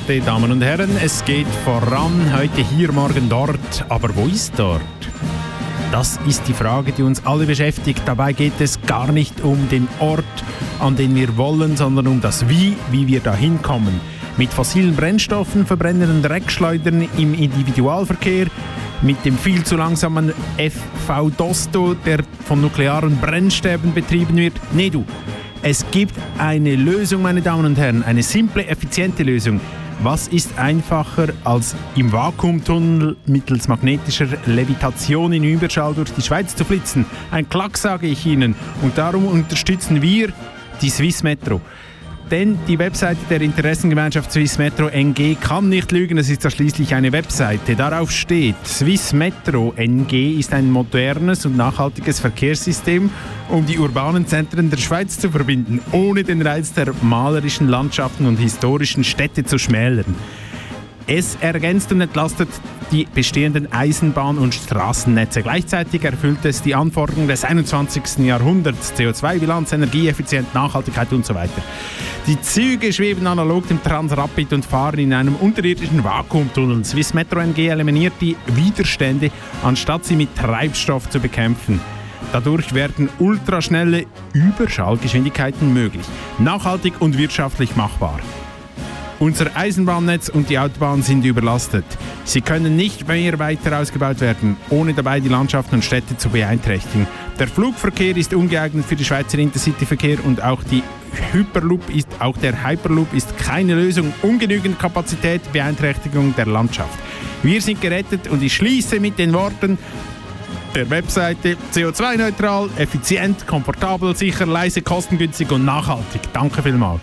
Debatte, Damen und Herren. Es geht voran, heute hier, morgen dort. Aber wo ist dort? Das ist die Frage, die uns alle beschäftigt. Dabei geht es gar nicht um den Ort, an den wir wollen, sondern um das Wie wir da hinkommen. Mit fossilen Brennstoffen, verbrennenden Dreckschleudern im Individualverkehr, mit dem viel zu langsamen FV Dosto, der von nuklearen Brennstäben betrieben wird. Nee, du. Es gibt eine Lösung, meine Damen und Herren, eine simple, effiziente Lösung. Was ist einfacher, als im Vakuumtunnel mittels magnetischer Levitation in Überschall durch die Schweiz zu flitzen? Ein Klack, sage ich Ihnen. Und darum unterstützen wir die Swiss Metro. Denn die Webseite der Interessengemeinschaft Swiss Metro NG kann nicht lügen, es ist ja schließlich eine Webseite. Darauf steht, Swiss Metro NG ist ein modernes und nachhaltiges Verkehrssystem, um die urbanen Zentren der Schweiz zu verbinden, ohne den Reiz der malerischen Landschaften und historischen Städte zu schmälern. Es ergänzt und entlastet die bestehenden Eisenbahn- und Straßennetze. Gleichzeitig erfüllt es die Anforderungen des 21. Jahrhunderts. CO2-Bilanz, Energieeffizient, Nachhaltigkeit und so weiter. Die Züge schweben analog dem Transrapid und fahren in einem unterirdischen Vakuumtunnel. Swiss Metro NG eliminiert die Widerstände, anstatt sie mit Treibstoff zu bekämpfen. Dadurch werden ultraschnelle Überschallgeschwindigkeiten möglich. Nachhaltig und wirtschaftlich machbar. Unser Eisenbahnnetz und die Autobahn sind überlastet. Sie können nicht mehr weiter ausgebaut werden, ohne dabei die Landschaften und Städte zu beeinträchtigen. Der Flugverkehr ist ungeeignet für den Schweizer Intercity-Verkehr und auch der Hyperloop ist keine Lösung. Ungenügend Kapazität, Beeinträchtigung der Landschaft. Wir sind gerettet und ich schließe mit den Worten der Webseite: CO2-neutral, effizient, komfortabel, sicher, leise, kostengünstig und nachhaltig. Danke vielmals.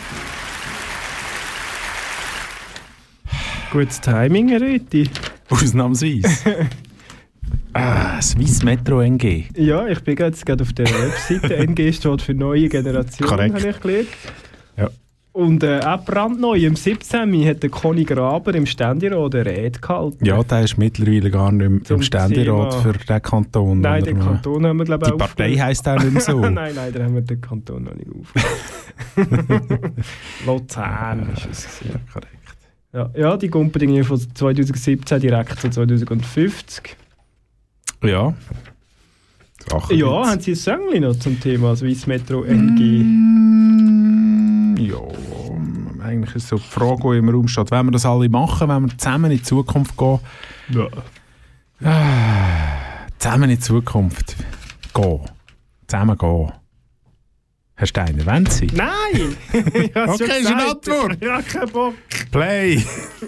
Gutes Timing, Herr Rüthi.
Ausnahmsweise. Swiss Metro NG.
Ja, ich bin jetzt gerade auf der Webseite. NG steht für neue Generation, habe ich gelernt.
Ja.
Und auch brandneu, im 17. hat der Conny Graber im Ständerat eine Rede gehalten.
Ja, der ist mittlerweile gar nicht mehr im Ständerat für den Kanton.
Nein, den Kanton haben wir, glaube ich,
die Partei heisst auch nicht mehr so.
Nein, da haben wir den Kanton noch nicht aufgehört. Luzern ist es. Ja, korrekt. Ja, die Gumpen von 2017 direkt zu 2050.
Ja.
Ja, haben Sie ein Sängli noch zum Thema Swiss Metro NG?
Ja, eigentlich ist so die Frage, die im Raum steht. Wenn wir das alle machen, wenn wir zusammen in die Zukunft gehen? Ja. Zusammen in die Zukunft gehen. Zusammen gehen. Herr Steiner, wollen Sie?
Nein!
Okay, ist eine Antwort.
Ja, kein Bock.
Play!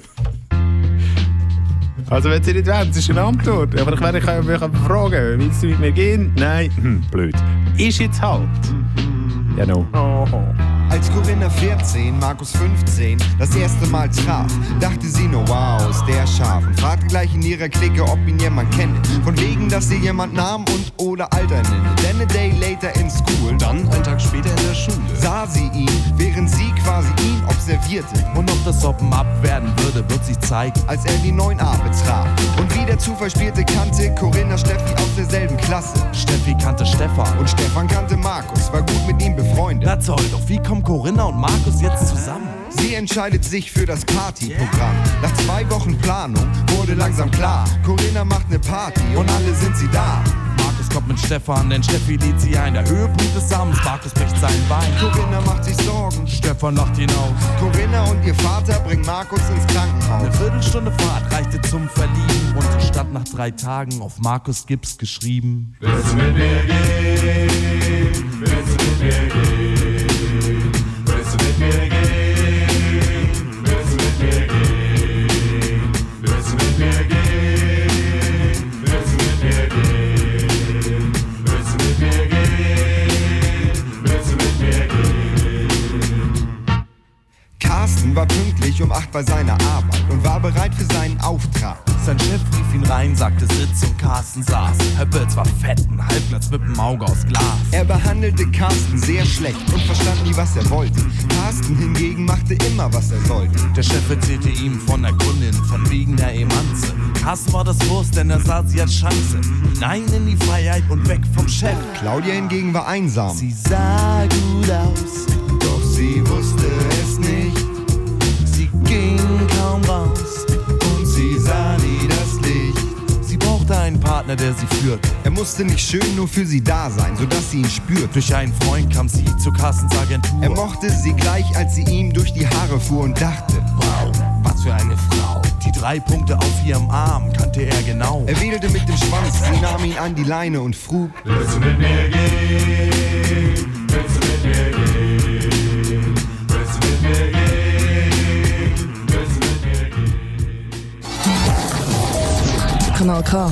Also wenn Sie nicht wollen, das ist eine Antwort. Aber ich werde mich fragen, willst du mit mir gehen? Nein. Blöd. Ist jetzt halt. Ja, no.
Oh.
Als Corinna 14, Markus 15 das erste Mal traf, dachte sie nur, wow, ist der scharf. Und fragte gleich in ihrer Clique, ob ihn jemand kenne. Von wegen, dass sie jemand Namen und oder Alter nenne. Then a day later in school,
dann ein Tag später in der Schule,
sah sie ihn, während sie quasi ihn observierte.
Und ob das Soppen ab werden würde, wird sich zeigen,
als er die 9a betraf. Und wie der Zufall spielte, kannte Corinna Steffi aus derselben Klasse.
Steffi kannte Stefan
und Stefan kannte Markus, war gut mit ihm befreundet.
Na toll, doch wie kommen Corinna und Markus jetzt zusammen?
Sie entscheidet sich für das Partyprogramm. Nach 2 Wochen Planung wurde langsam klar, Corinna macht eine Party und alle sind sie da.
Markus kommt mit Stefan, denn Steffi lädt sie ein. Der Höhepunkt des Abends, Markus bricht sein Bein.
Corinna macht sich Sorgen,
Stefan lacht ihn aus.
Corinna und ihr Vater bringen Markus ins Krankenhaus.
Eine Viertelstunde Fahrt reichte zum Verlieben und statt nach 3 Tagen auf Markus Gips geschrieben:
Willst du mit mir gehen? Willst du mit mir gehen? Willst du mit mir gehen? Willst du mit mir gehen? Willst du mit mir gehen? Willst du mit mir gehen? Willst du mit mir gehen? Willst du mit mir gehen?
Carsten war pünktlich um 8 bei seiner Arbeit und war bereit für seinen Auftrag.
Sein Chef rief ihn rein, sagte Sitz und Carsten saß. Höppels war fett, ein Halbplatz mit dem Auge aus Glas.
Er behandelte Carsten sehr schlecht und verstand nie, was er wollte. Carsten hingegen machte immer, was er sollte.
Der Chef erzählte ihm von der Kundin, von wegen der Emanze. Carsten war das Wurst, denn er sah sie als Chance. Nein in die Freiheit und weg vom Chef.
Claudia hingegen war einsam.
Sie sah gut aus,
doch sie wusste es nicht.
Sie ging kam raus.
Und sie sah nie das Licht.
Sie brauchte einen Partner, der sie führt.
Er musste nicht schön nur für sie da sein, sodass sie ihn spürt.
Durch einen Freund kam sie zur Kassensagentur.
Er mochte sie gleich, als sie ihm durch die Haare fuhr und dachte,
wow, was für eine Frau. Die 3 Punkte auf ihrem Arm kannte er genau.
Er wedelte mit dem Schwanz, sie nahm ihn an die Leine und frug,
willst du mit mir gehen? Willst du mit mir gehen? Willst du mit mir gehen? Willst du mit mir gehen?
Kanal K.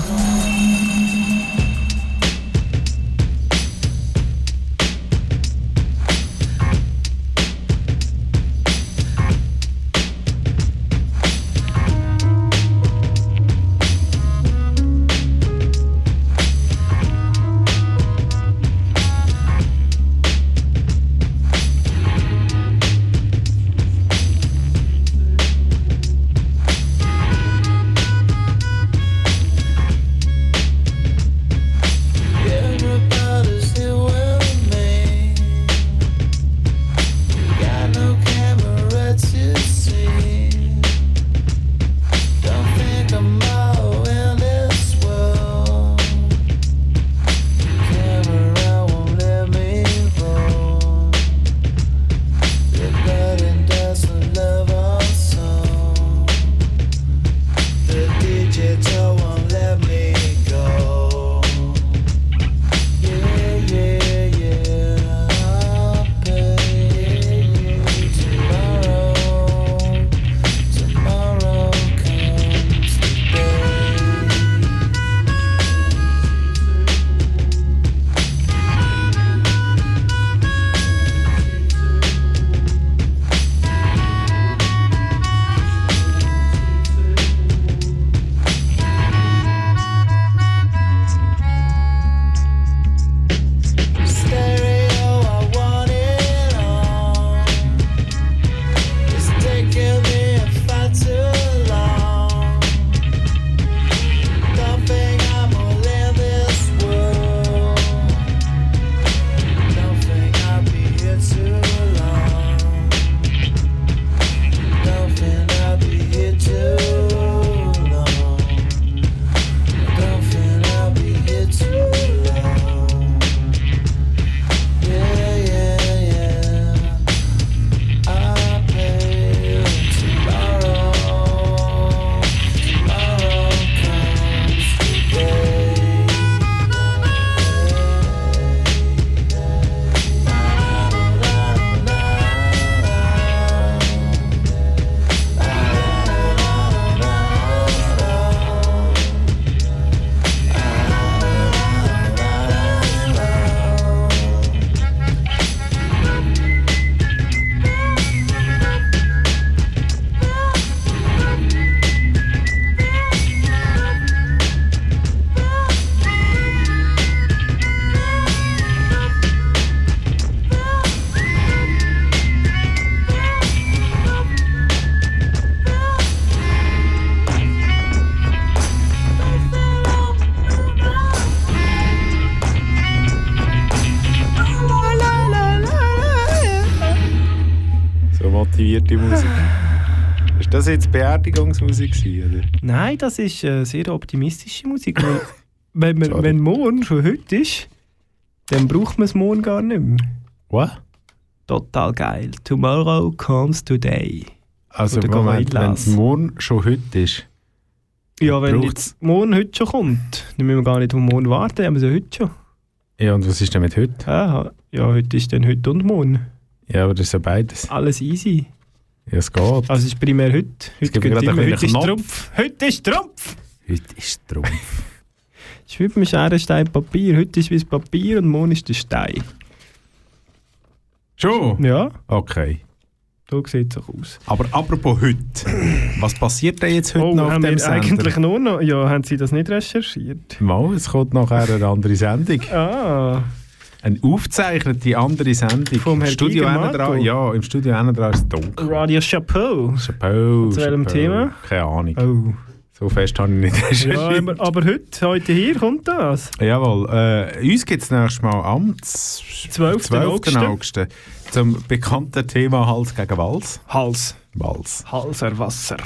motivierte Musik. Ist das jetzt Beerdigungsmusik gewesen, oder?
Nein, das ist sehr optimistische Musik. Wenn morgen schon heute ist, dann braucht man es morgen gar nicht mehr.
Was?
Total geil. Tomorrow comes today.
Also wenn es morgen schon heute ist.
Ja, wenn jetzt morgen heute schon kommt, dann müssen wir gar nicht auf morgen warten, dann haben wir es ja heute schon.
Ja, und was ist denn mit heute?
Ja, heute ist dann heute und morgen.
Ja, aber das ist ja beides.
Alles easy.
Ja, es geht.
Also es ist primär heute. Heute ist
Trumpf.
Heute ist Trumpf.
Heute ist Trumpf.
Es ist wie beim Scherenstein Papier. Heute ist wie das Papier und morgen ist der Stein.
Schon?
Ja.
Okay.
So sieht es auch aus.
Aber apropos heute, was passiert denn jetzt heute noch auf dem Sender?
Eigentlich nur noch, ja, haben Sie das nicht recherchiert?
Mal, es kommt nachher eine andere Sendung.
Ah.
Eine aufgezeichnete andere Sendung.
Vom Herrn
Studio dran. Ja, im Studio dran ist es dunkel.
Radio Chapeau.
Chapeau.
Zu welchem Thema?
Keine Ahnung.
Oh.
So fest habe ich nicht recherchiert.
Ja, aber heute hier kommt das.
Jawohl. Uns gibt es nächstes Mal am 12. August zum bekannten Thema Hals gegen Wals.
Hals.
Wals.
Halserwasser.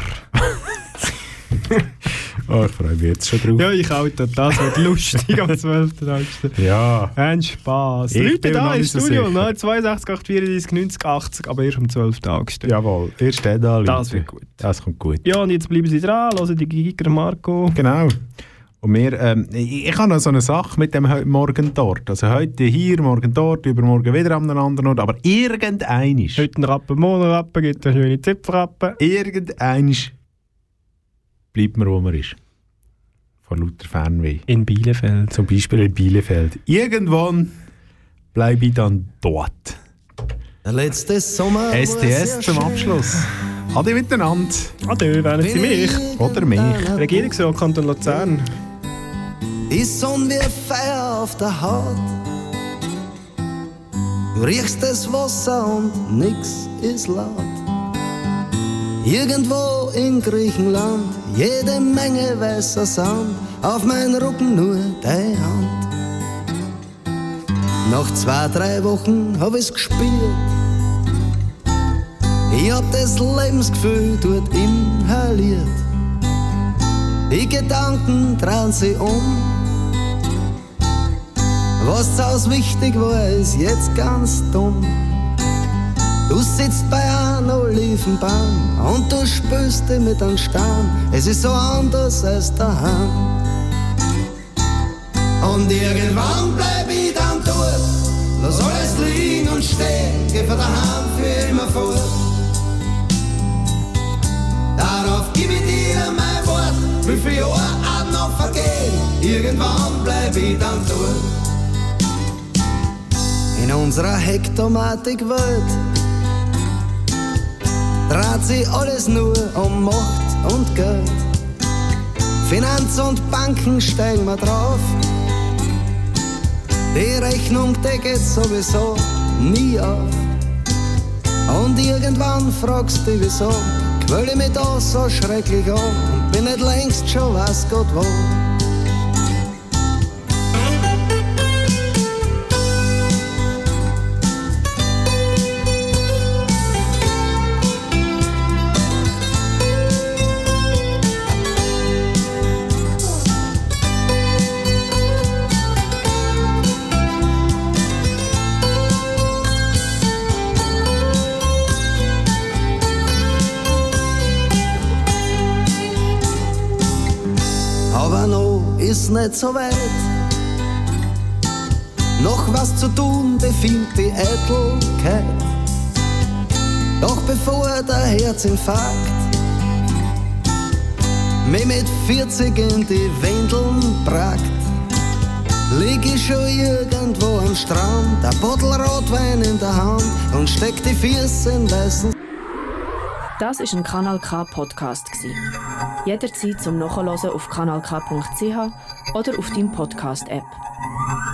Oh, ich freue mich jetzt schon drauf.
Ja, ich auch. Das wird lustig am 12. August.
Ja.
Ein Spaß.
Ich
Leute
bin
da
noch
im
nicht so
Studio.
sicher.
62, 8, 34, 90, 80, aber erst am 12. August.
Jawohl, erst dann da.
Das wird gut.
Das kommt gut.
Ja, und jetzt bleiben Sie dran, hören die Giger Marco.
Genau. Und wir, ich habe noch so eine Sache mit dem heute Morgen dort. Also heute hier, morgen dort, übermorgen wieder an einem anderen Ort. Aber irgendeinisch.
Heute ein Rappen, morgen ein Rappen, gibt eine schöne Zipfrappen.
Irgendeinisch bleibt man, wo man ist. Vor lauter Fernweh.
In Bielefeld.
Zum Beispiel in Bielefeld. Irgendwann bleibe ich dann dort.
Der letzte Sommer.
STS zum Abschluss. Ade miteinander.
Ade, wählen Sie mich.
Oder mich.
Regierungsrat Kanton Luzern.
Die Sonne wie Feuer auf der Haut. Du riechst das Wasser und nix ist laut. Irgendwo in Griechenland, jede Menge weißer Sand, auf meinen Rücken nur deine Hand. Nach 2, 3 Wochen hab ich's gespürt. Ich hab das Lebensgefühl dort inhaliert. Die Gedanken drehen sich um. Was aus wichtig war, ist jetzt ganz dumm. Du sitzt bei einem Olivenbaum und du spürst dich mit einem Stern. Es ist so anders als daheim. Und irgendwann bleib ich dann dort. Lass alles liegen und stehen, geh von daheim für immer fort. Darauf gib ich dir mein Wort, wie viele Jahre auch noch vergehen. Irgendwann bleib ich dann dort. In unserer Hektomatik-Welt dreht sich alles nur um Macht und Geld. Finanz und Banken steigen wir drauf. Die Rechnung deckt sowieso nie auf. Und irgendwann fragst du wieso, quäl ich mich da so schrecklich an und bin nicht längst schon weiß Gott wo. Aber noch ist nicht so weit. Noch was zu tun befiehlt die Eitelkeit. Doch bevor der Herzinfarkt mich mit 40 in die Windeln brackt, lieg ich schon irgendwo am Strand, ein Bottle Rotwein in der Hand und steck die Füße in weißen.
Das war ein Kanal K Podcast. Jederzeit zum Nachhören auf kanalk.ch oder auf deinem Podcast-App.